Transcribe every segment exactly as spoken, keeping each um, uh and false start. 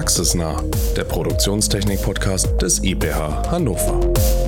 Praxisnah, der Produktionstechnik-Podcast des I P H Hannover.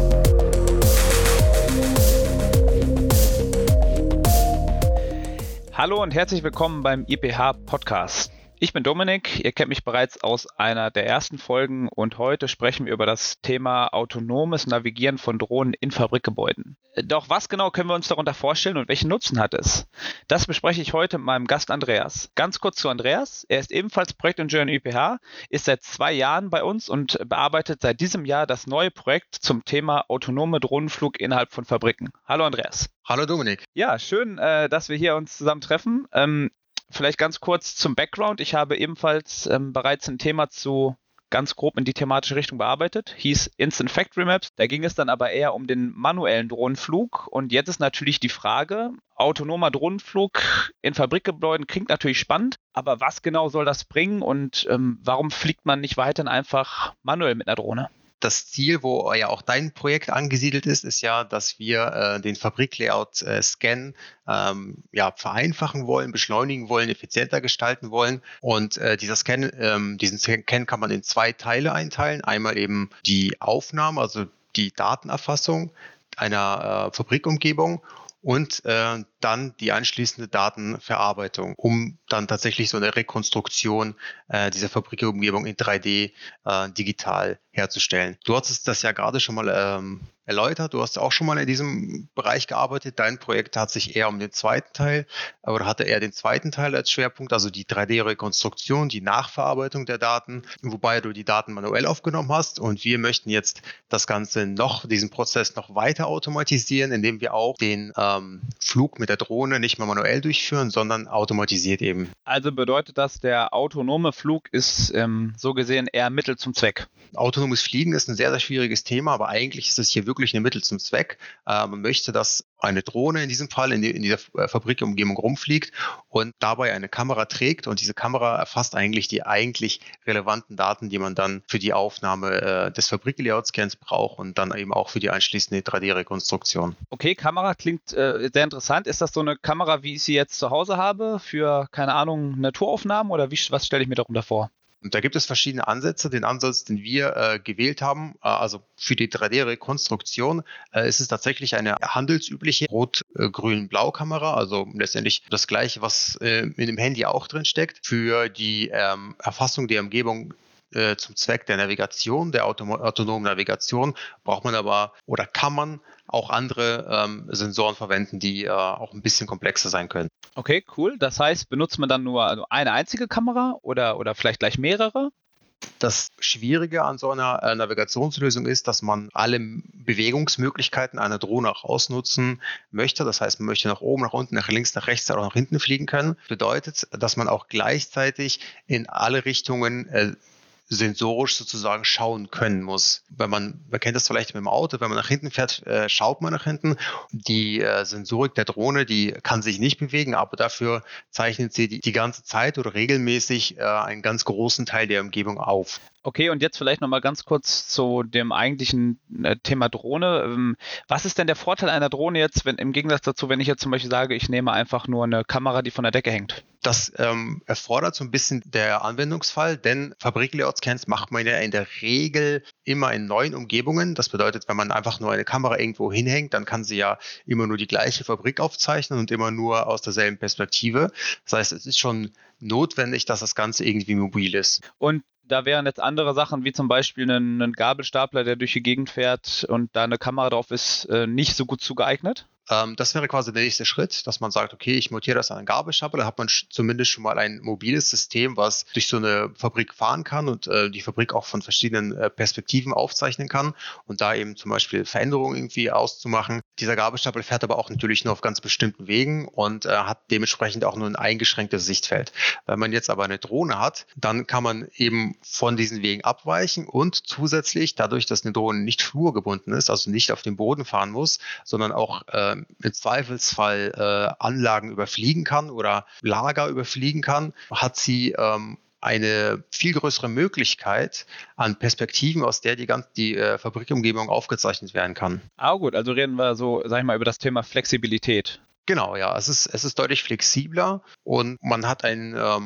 Hallo und herzlich willkommen beim I P H-Podcast. Ich bin Dominik, ihr kennt mich bereits aus einer der ersten Folgen und heute sprechen wir über das Thema autonomes Navigieren von Drohnen in Fabrikgebäuden. Doch was genau können wir uns darunter vorstellen und welchen Nutzen hat es? Das bespreche ich heute mit meinem Gast Andreas. Ganz kurz zu Andreas, er ist ebenfalls Projektingenieur in I P H, ist seit zwei Jahren bei uns und bearbeitet seit diesem Jahr das neue Projekt zum Thema autonome Drohnenflug innerhalb von Fabriken. Hallo Andreas. Hallo Dominik. Ja, schön, äh, dass wir hier uns zusammen treffen. Ähm, Vielleicht ganz kurz zum Background. Ich habe ebenfalls ähm, bereits ein Thema zu ganz grob in die thematische Richtung bearbeitet. Hieß Instant Factory Maps. Da ging es dann aber eher um den manuellen Drohnenflug. Und jetzt ist natürlich die Frage, autonomer Drohnenflug in Fabrikgebäuden klingt natürlich spannend. Aber was genau soll das bringen und ähm, warum fliegt man nicht weiterhin einfach manuell mit einer Drohne? Das Ziel, wo ja auch dein Projekt angesiedelt ist, ist ja, dass wir äh, den Fabriklayout-Scan äh, ähm, ja, vereinfachen wollen, beschleunigen wollen, effizienter gestalten wollen. Und äh, dieser Scan, ähm, diesen Scan kann man in zwei Teile einteilen. Einmal eben die Aufnahme, also die Datenerfassung einer äh, Fabrikumgebung und äh, dann die anschließende Datenverarbeitung, um dann tatsächlich so eine Rekonstruktion äh, dieser Fabrikumgebung in drei D äh, digital herzustellen. Du hast das ja gerade schon mal ähm, erläutert, du hast auch schon mal in diesem Bereich gearbeitet. Dein Projekt hat sich eher um den zweiten Teil, oder hatte eher den zweiten Teil als Schwerpunkt, also die drei D-Rekonstruktion, die Nachverarbeitung der Daten, wobei du die Daten manuell aufgenommen hast. Und wir möchten jetzt das Ganze noch, diesen Prozess noch weiter automatisieren, indem wir auch den ähm, Flug mit der Drohne nicht mehr manuell durchführen, sondern automatisiert eben. Also bedeutet das, der autonome Flug ist ähm, so gesehen eher Mittel zum Zweck? Autonomes Fliegen ist ein sehr, sehr schwieriges Thema, aber eigentlich ist es hier wirklich ein Mittel zum Zweck. Äh, man möchte, dass eine Drohne in diesem Fall in, die, in dieser Fabrikumgebung rumfliegt und dabei eine Kamera trägt, und diese Kamera erfasst eigentlich die eigentlich relevanten Daten, die man dann für die Aufnahme äh, des Fabriklayout-Scans braucht und dann eben auch für die anschließende drei D-Rekonstruktion. Okay, Kamera klingt äh, sehr interessant. Ist das so eine Kamera, wie ich sie jetzt zu Hause habe, für, keine Ahnung, Naturaufnahmen, oder wie, was stelle ich mir darunter vor? Und da gibt es verschiedene Ansätze. Den Ansatz, den wir äh, gewählt haben, äh, also für die drei D-Rekonstruktion, äh, ist es tatsächlich eine handelsübliche Rot-Grün-Blau-Kamera, also letztendlich das Gleiche, was äh, in dem Handy auch drin steckt. Für die ähm, Erfassung der Umgebung äh, zum Zweck der Navigation, der autom- autonomen Navigation, braucht man aber oder kann man auch andere ähm, Sensoren verwenden, die äh, auch ein bisschen komplexer sein können. Okay, cool. Das heißt, benutzt man dann nur also eine einzige Kamera oder, oder vielleicht gleich mehrere? Das Schwierige an so einer äh, Navigationslösung ist, dass man alle Bewegungsmöglichkeiten einer Drohne auch ausnutzen möchte. Das heißt, man möchte nach oben, nach unten, nach links, nach rechts oder nach hinten fliegen können. Bedeutet, dass man auch gleichzeitig in alle Richtungen äh, sensorisch sozusagen schauen können muss. Wenn man, man kennt das vielleicht mit dem Auto, wenn man nach hinten fährt, äh, schaut man nach hinten. Die äh, Sensorik der Drohne, die kann sich nicht bewegen, aber dafür zeichnet sie die, die ganze Zeit oder regelmäßig äh, einen ganz großen Teil der Umgebung auf. Okay, und jetzt vielleicht nochmal ganz kurz zu dem eigentlichen äh, Thema Drohne. Ähm, was ist denn der Vorteil einer Drohne jetzt, wenn im Gegensatz dazu, wenn ich jetzt zum Beispiel sage, ich nehme einfach nur eine Kamera, die von der Decke hängt? Das ähm, erfordert so ein bisschen der Anwendungsfall, denn Fabriklayout-Scans macht man ja in der Regel immer in neuen Umgebungen. Das bedeutet, wenn man einfach nur eine Kamera irgendwo hinhängt, dann kann sie ja immer nur die gleiche Fabrik aufzeichnen und immer nur aus derselben Perspektive. Das heißt, es ist schon notwendig, dass das Ganze irgendwie mobil ist. Und da wären jetzt andere Sachen, wie zum Beispiel ein, ein Gabelstapler, der durch die Gegend fährt und da eine Kamera drauf ist, äh, nicht so gut zugeeignet? Ähm, das wäre quasi der nächste Schritt, dass man sagt, okay, ich montiere das an einen Gabelstapler, da hat man sch- zumindest schon mal ein mobiles System, was durch so eine Fabrik fahren kann und äh, die Fabrik auch von verschiedenen äh, Perspektiven aufzeichnen kann und da eben zum Beispiel Veränderungen irgendwie auszumachen. Dieser Gabelstapler fährt aber auch natürlich nur auf ganz bestimmten Wegen und äh, hat dementsprechend auch nur ein eingeschränktes Sichtfeld. Wenn man jetzt aber eine Drohne hat, dann kann man eben von diesen Wegen abweichen und zusätzlich, dadurch, dass eine Drohne nicht flurgebunden ist, also nicht auf dem Boden fahren muss, sondern auch äh, im Zweifelsfall äh, Anlagen überfliegen kann oder Lager überfliegen kann, hat sie ähm, eine viel größere Möglichkeit an Perspektiven, aus der die ganze die äh, Fabrikumgebung aufgezeichnet werden kann. Ah gut, also reden wir so, sag ich mal, über das Thema Flexibilität. Genau, ja, es ist, es ist deutlich flexibler und man hat ein, ähm,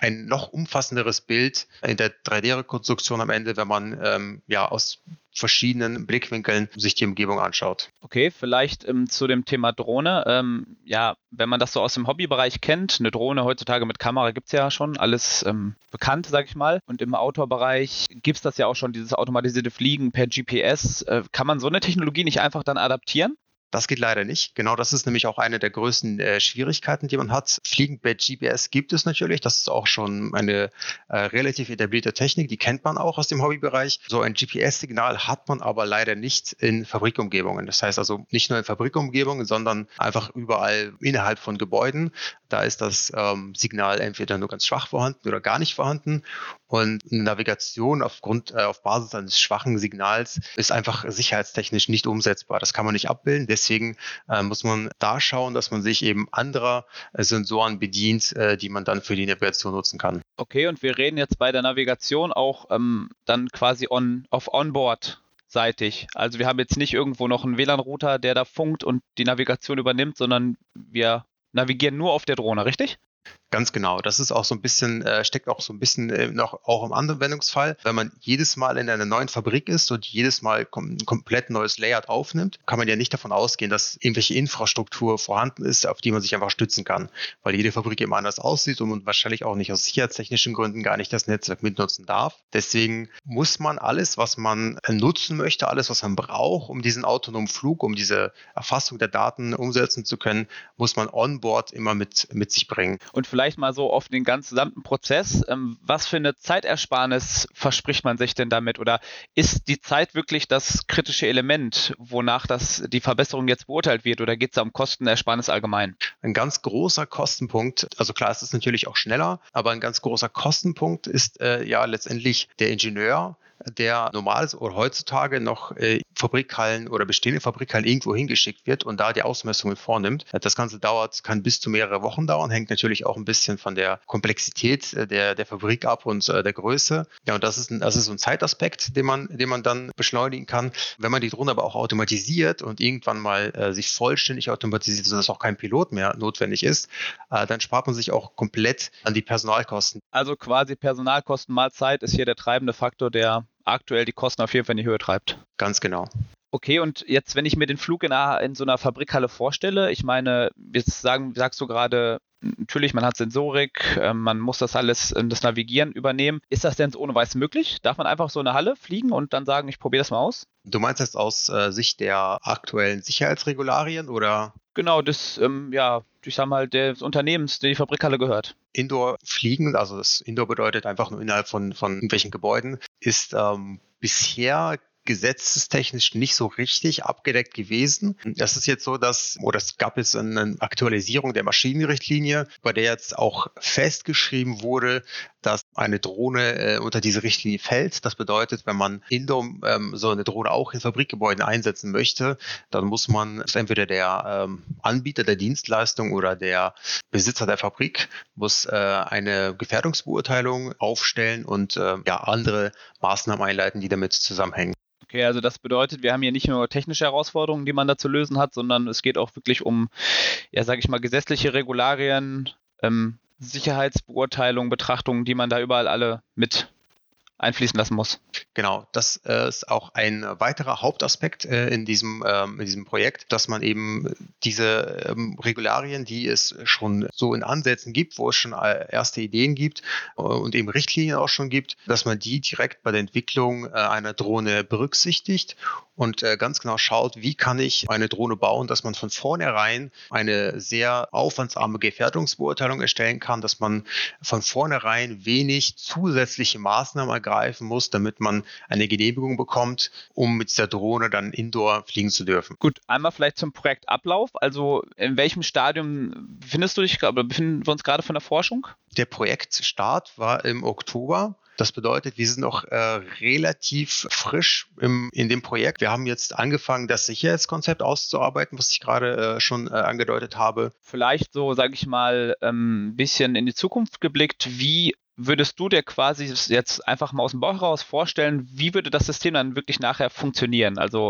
ein noch umfassenderes Bild in der drei D-Rekonstruktion am Ende, wenn man ähm, ja aus verschiedenen Blickwinkeln sich die Umgebung anschaut. Okay, vielleicht ähm, zu dem Thema Drohne. Ähm, ja, wenn man das so aus dem Hobbybereich kennt, eine Drohne heutzutage mit Kamera gibt es ja schon, alles ähm, bekannt, sage ich mal. Und im Outdoor-Bereich gibt es das ja auch schon, dieses automatisierte Fliegen per G P S. Äh, kann man so eine Technologie nicht einfach dann adaptieren? Das geht leider nicht. Genau, das ist nämlich auch eine der größten äh, Schwierigkeiten, die man hat. Fliegen per G P S gibt es natürlich. Das ist auch schon eine äh, relativ etablierte Technik. Die kennt man auch aus dem Hobbybereich. So ein G P S-Signal hat man aber leider nicht in Fabrikumgebungen. Das heißt also nicht nur in Fabrikumgebungen, sondern einfach überall innerhalb von Gebäuden. Da ist das ähm, Signal entweder nur ganz schwach vorhanden oder gar nicht vorhanden. Und eine Navigation aufgrund, äh, auf Basis eines schwachen Signals ist einfach sicherheitstechnisch nicht umsetzbar. Das kann man nicht abbilden. Deswegen äh, muss man da schauen, dass man sich eben anderer äh, Sensoren bedient, äh, die man dann für die Navigation nutzen kann. Okay, und wir reden jetzt bei der Navigation auch ähm, dann quasi on, auf Onboard seitig. Also wir haben jetzt nicht irgendwo noch einen W L A N-Router, der da funkt und die Navigation übernimmt, sondern wir navigieren nur auf der Drohne, richtig? Ganz genau. Das ist auch so ein bisschen, äh, steckt auch so ein bisschen äh, noch auch im Anwendungsfall. Wenn man jedes Mal in einer neuen Fabrik ist und jedes Mal kom- ein komplett neues Layout aufnimmt, kann man ja nicht davon ausgehen, dass irgendwelche Infrastruktur vorhanden ist, auf die man sich einfach stützen kann. Weil jede Fabrik eben anders aussieht und man wahrscheinlich auch nicht aus sicherheitstechnischen Gründen gar nicht das Netzwerk mitnutzen darf. Deswegen muss man alles, was man nutzen möchte, alles, was man braucht, um diesen autonomen Flug, um diese Erfassung der Daten umsetzen zu können, muss man onboard immer mit, mit sich bringen. Und vielleicht mal so auf den ganzen gesamten Prozess. Ähm, was für eine Zeitersparnis verspricht man sich denn damit? Oder ist die Zeit wirklich das kritische Element, wonach das die Verbesserung jetzt beurteilt wird? Oder geht es da um Kostenersparnis allgemein? Ein ganz großer Kostenpunkt, also klar, es ist natürlich auch schneller, aber ein ganz großer Kostenpunkt ist äh, ja letztendlich der Ingenieur, der normal oder heutzutage noch äh, Fabrikhallen oder bestehende Fabrikhallen irgendwo hingeschickt wird und da die Ausmessungen vornimmt. Das Ganze dauert, kann bis zu mehrere Wochen dauern, hängt natürlich auch ein bisschen von der Komplexität äh, der, der Fabrik ab und äh, der Größe. Ja, und das ist, ein, das ist so ein Zeitaspekt, den man, den man dann beschleunigen kann. Wenn man die Drohne aber auch automatisiert und irgendwann mal äh, sich vollständig automatisiert, sodass auch kein Pilot mehr notwendig ist, äh, dann spart man sich auch komplett an die Personalkosten. Also quasi Personalkosten mal Zeit ist hier der treibende Faktor, der aktuell die Kosten auf jeden Fall in die Höhe treibt. Ganz genau. Okay, und jetzt, wenn ich mir den Flug in, einer, in so einer Fabrikhalle vorstelle, ich meine, jetzt sagen, sagst du gerade, natürlich, man hat Sensorik, äh, man muss das alles, äh, das Navigieren übernehmen. Ist das denn ohne Weiß möglich? Darf man einfach so eine Halle fliegen und dann sagen, ich probiere das mal aus? Du meinst jetzt aus äh, Sicht der aktuellen Sicherheitsregularien oder? Genau, das, ähm, ja, ich sag mal, des Unternehmens, der die Fabrikhalle gehört. Indoor fliegen, also das Indoor bedeutet einfach nur innerhalb von, von irgendwelchen Gebäuden, ist ähm, bisher gesetzestechnisch nicht so richtig abgedeckt gewesen. Das ist jetzt so, dass, oder es gab jetzt eine Aktualisierung der Maschinenrichtlinie, bei der jetzt auch festgeschrieben wurde, dass eine Drohne äh, unter diese Richtlinie fällt. Das bedeutet, wenn man indoor ähm, so eine Drohne auch in Fabrikgebäuden einsetzen möchte, dann muss man entweder der ähm, Anbieter der Dienstleistung oder der Besitzer der Fabrik muss äh, eine Gefährdungsbeurteilung aufstellen und äh, ja andere Maßnahmen einleiten, die damit zusammenhängen. Okay, also das bedeutet, wir haben hier nicht nur technische Herausforderungen, die man da zu lösen hat, sondern es geht auch wirklich um, ja, sage ich mal, gesetzliche Regularien, ähm, Sicherheitsbeurteilungen, Betrachtungen, die man da überall alle mit einfließen lassen muss. Genau, das äh, ist auch ein weiterer Hauptaspekt äh, in diesem ähm, in diesem Projekt, dass man eben diese ähm, Regularien, die es schon so in Ansätzen gibt, wo es schon erste Ideen gibt äh, und eben Richtlinien auch schon gibt, dass man die direkt bei der Entwicklung äh, einer Drohne berücksichtigt und äh, ganz genau schaut, wie kann ich eine Drohne bauen, dass man von vornherein eine sehr aufwandsarme Gefährdungsbeurteilung erstellen kann, dass man von vornherein wenig zusätzliche Maßnahmen ergreifen muss, damit man eine Genehmigung bekommt, um mit dieser Drohne dann indoor fliegen zu dürfen. Gut, einmal vielleicht zum Projektablauf. Also in welchem Stadium befindest du dich, oder befinden wir uns gerade von der Forschung? Der Projektstart war im Oktober. Das bedeutet, wir sind noch äh, relativ frisch im, in dem Projekt. Wir haben jetzt angefangen, das Sicherheitskonzept auszuarbeiten, was ich gerade äh, schon äh, angedeutet habe. Vielleicht so, sage ich mal, ein ähm, bisschen in die Zukunft geblickt. Wie würdest du dir quasi jetzt einfach mal aus dem Bauch heraus vorstellen, wie würde das System dann wirklich nachher funktionieren? Also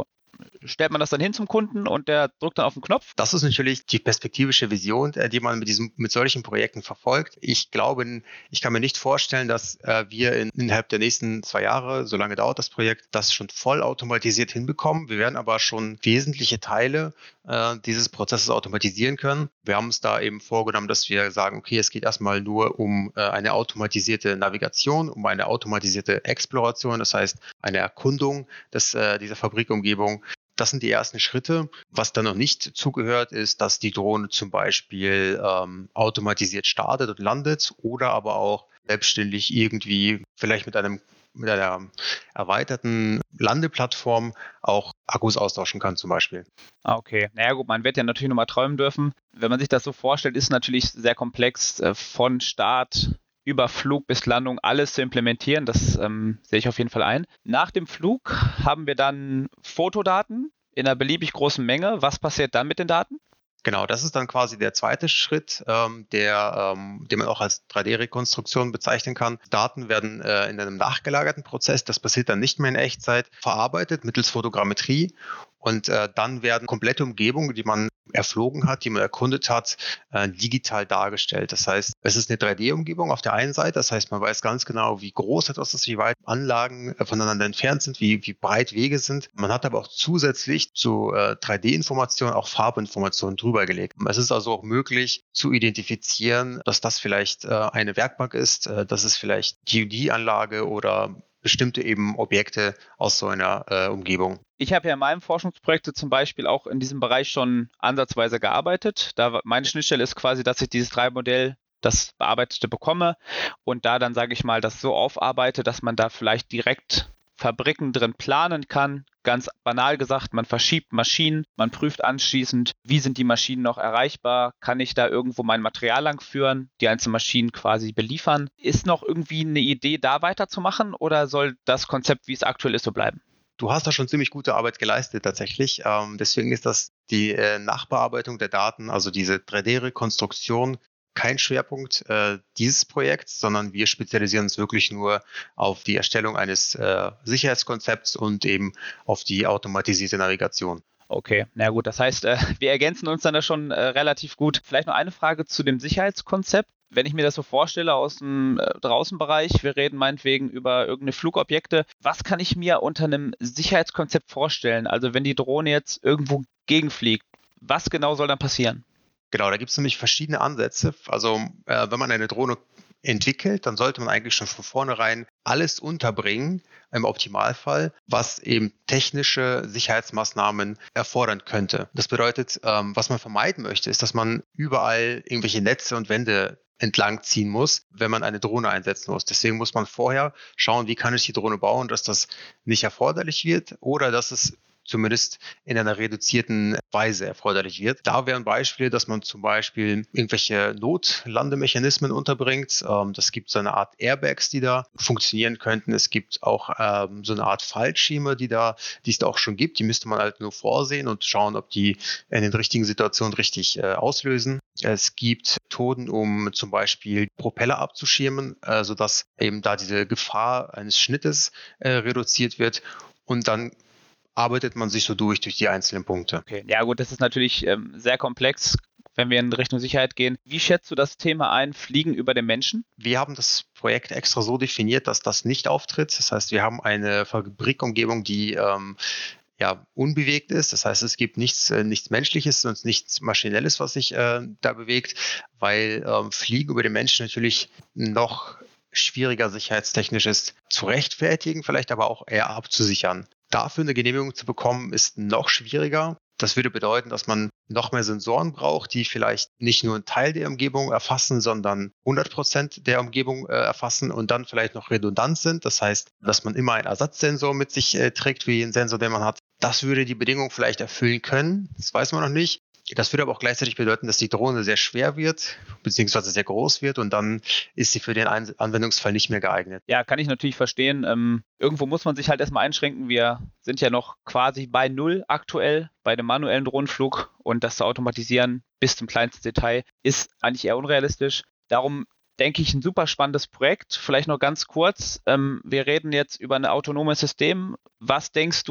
stellt man das dann hin zum Kunden und der drückt dann auf den Knopf? Das ist natürlich die perspektivische Vision, die man mit diesem, mit solchen Projekten verfolgt. Ich glaube, ich kann mir nicht vorstellen, dass äh, wir in, innerhalb der nächsten zwei Jahre, so lange dauert das Projekt, das schon vollautomatisiert hinbekommen. Wir werden aber schon wesentliche Teile äh, dieses Prozesses automatisieren können. Wir haben uns da eben vorgenommen, dass wir sagen, okay, es geht erstmal nur um äh, eine automatisierte Navigation, um eine automatisierte Exploration, das heißt eine Erkundung des, äh, dieser Fabrikumgebung. Das sind die ersten Schritte. Was da noch nicht zugehört, ist, dass die Drohne zum Beispiel ähm, automatisiert startet und landet oder aber auch selbstständig irgendwie vielleicht mit einem mit einer erweiterten Landeplattform auch Akkus austauschen kann zum Beispiel. Ah, okay. Naja gut, man wird ja natürlich nochmal träumen dürfen. Wenn man sich das so vorstellt, ist es natürlich sehr komplex, äh, von Start über Flug bis Landung alles zu implementieren. Das ähm, sehe ich auf jeden Fall ein. Nach dem Flug haben wir dann Fotodaten in einer beliebig großen Menge. Was passiert dann mit den Daten? Genau, das ist dann quasi der zweite Schritt, ähm, der, ähm, den man auch als drei D-Rekonstruktion bezeichnen kann. Daten werden äh, in einem nachgelagerten Prozess, das passiert dann nicht mehr in Echtzeit, verarbeitet mittels Fotogrammetrie. Und äh, dann werden komplette Umgebungen, die man erflogen hat, die man erkundet hat, äh, digital dargestellt. Das heißt, es ist eine drei D-Umgebung auf der einen Seite. Das heißt, man weiß ganz genau, wie groß etwas ist, wie weit Anlagen äh, voneinander entfernt sind, wie, wie breit Wege sind. Man hat aber auch zusätzlich zu äh, drei D-Informationen auch Farbinformationen drüber gelegt. Es ist also auch möglich zu identifizieren, dass das vielleicht äh, eine Werkbank ist, äh, dass es vielleicht G U D-Anlage oder bestimmte eben Objekte aus so einer äh, Umgebung. Ich habe ja in meinem Forschungsprojekt zum Beispiel auch in diesem Bereich schon ansatzweise gearbeitet. Da meine Schnittstelle ist quasi, dass ich dieses drei D-Modell, das bearbeitete, bekomme und da dann, sage ich mal, das so aufarbeite, dass man da vielleicht direkt Fabriken drin planen kann. Ganz banal gesagt, man verschiebt Maschinen, man prüft anschließend, wie sind die Maschinen noch erreichbar, kann ich da irgendwo mein Material lang führen, die einzelnen Maschinen quasi beliefern. Ist noch irgendwie eine Idee, da weiterzumachen oder soll das Konzept, wie es aktuell ist, so bleiben? Du hast da schon ziemlich gute Arbeit geleistet tatsächlich. Ähm, deswegen ist das die äh, Nachbearbeitung der Daten, also diese drei D-Rekonstruktion, kein Schwerpunkt äh, dieses Projekts, sondern wir spezialisieren uns wirklich nur auf die Erstellung eines äh, Sicherheitskonzepts und eben auf die automatisierte Navigation. Okay, na gut, das heißt, äh, wir ergänzen uns dann da schon äh, relativ gut. Vielleicht noch eine Frage zu dem Sicherheitskonzept. Wenn ich mir das so vorstelle aus dem äh, Draußenbereich, wir reden meinetwegen über irgendeine Flugobjekte, was kann ich mir unter einem Sicherheitskonzept vorstellen? Also wenn die Drohne jetzt irgendwo gegenfliegt, was genau soll dann passieren? Genau, da gibt es nämlich verschiedene Ansätze. Also äh, wenn man eine Drohne entwickelt, dann sollte man eigentlich schon von vornherein alles unterbringen, im Optimalfall, was eben technische Sicherheitsmaßnahmen erfordern könnte. Das bedeutet, ähm, was man vermeiden möchte, ist, dass man überall irgendwelche Netze und Wände entlang ziehen muss, wenn man eine Drohne einsetzen muss. Deswegen muss man vorher schauen, wie kann ich die Drohne bauen, dass das nicht erforderlich wird oder dass es zumindest in einer reduzierten Weise erforderlich wird. Da wären Beispiele, dass man zum Beispiel irgendwelche Notlandemechanismen unterbringt. Ähm, das gibt so eine Art Airbags, die da funktionieren könnten. Es gibt auch ähm, so eine Art Fallschirme, die da, die es da auch schon gibt. Die müsste man halt nur vorsehen und schauen, ob die in den richtigen Situationen richtig äh, auslösen. Es gibt Methoden, um zum Beispiel Propeller abzuschirmen, äh, sodass eben da diese Gefahr eines Schnittes äh, reduziert wird. Und dann arbeitet man sich so durch, durch die einzelnen Punkte. Okay, ja gut, das ist natürlich ähm, sehr komplex, wenn wir in Richtung Sicherheit gehen. Wie schätzt du das Thema ein, Fliegen über den Menschen? Wir haben das Projekt extra so definiert, dass das nicht auftritt. Das heißt, wir haben eine Fabrikumgebung, die ähm, ja, unbewegt ist. Das heißt, es gibt nichts, äh, nichts Menschliches und nichts Maschinelles, was sich äh, da bewegt, weil ähm, Fliegen über den Menschen natürlich noch schwieriger sicherheitstechnisch ist zu rechtfertigen, vielleicht aber auch eher abzusichern. Dafür eine Genehmigung zu bekommen, ist noch schwieriger. Das würde bedeuten, dass man noch mehr Sensoren braucht, die vielleicht nicht nur einen Teil der Umgebung erfassen, sondern hundert Prozent der Umgebung äh, erfassen und dann vielleicht noch redundant sind. Das heißt, dass man immer einen Ersatzsensor mit sich äh, trägt, wie einen Sensor, den man hat. Das würde die Bedingung vielleicht erfüllen können. Das weiß man noch nicht. Das würde aber auch gleichzeitig bedeuten, dass die Drohne sehr schwer wird, beziehungsweise sehr groß wird und dann ist sie für den Ein- Anwendungsfall nicht mehr geeignet. Ja, kann ich natürlich verstehen. Ähm, irgendwo muss man sich halt erstmal einschränken. Wir sind ja noch quasi bei Null aktuell bei dem manuellen Drohnenflug und das zu automatisieren bis zum kleinsten Detail ist eigentlich eher unrealistisch. Darum denke ich, ein super spannendes Projekt. Vielleicht noch ganz kurz. Ähm, wir reden jetzt über ein autonomes System. Was denkst du,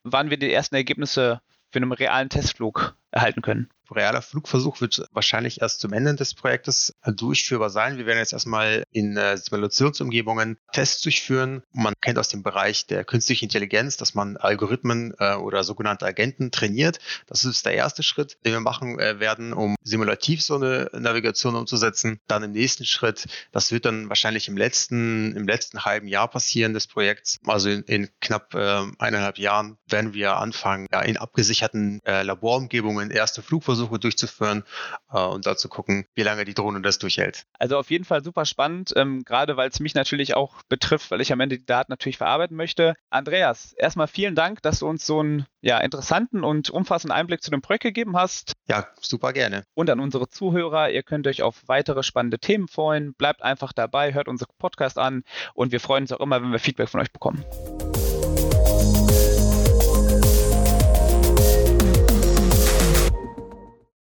wann wir die ersten Ergebnisse für einen realen Testflug erhalten können. Realer Flugversuch wird wahrscheinlich erst zum Ende des Projektes durchführbar sein. Wir werden jetzt erstmal in äh, Simulationsumgebungen Tests durchführen. Man kennt aus dem Bereich der künstlichen Intelligenz, dass man Algorithmen äh, oder sogenannte Agenten trainiert. Das ist der erste Schritt, den wir machen äh, werden, um simulativ so eine Navigation umzusetzen. Dann im nächsten Schritt, das wird dann wahrscheinlich im letzten, im letzten halben Jahr passieren des Projekts. Also in, in knapp äh, eineinhalb Jahren werden wir anfangen, ja, in abgesicherten äh, Laborumgebungen erste Flugversuche durchzuführen äh, und da zu gucken, wie lange die Drohne das durchhält. Also auf jeden Fall super spannend, ähm, gerade weil es mich natürlich auch betrifft, weil ich am Ende die Daten natürlich verarbeiten möchte. Andreas, erstmal vielen Dank, dass du uns so einen ja, interessanten und umfassenden Einblick zu dem Projekt gegeben hast. Ja, super gerne. Und an unsere Zuhörer, ihr könnt euch auf weitere spannende Themen freuen. Bleibt einfach dabei, hört unseren Podcast an und wir freuen uns auch immer, wenn wir Feedback von euch bekommen.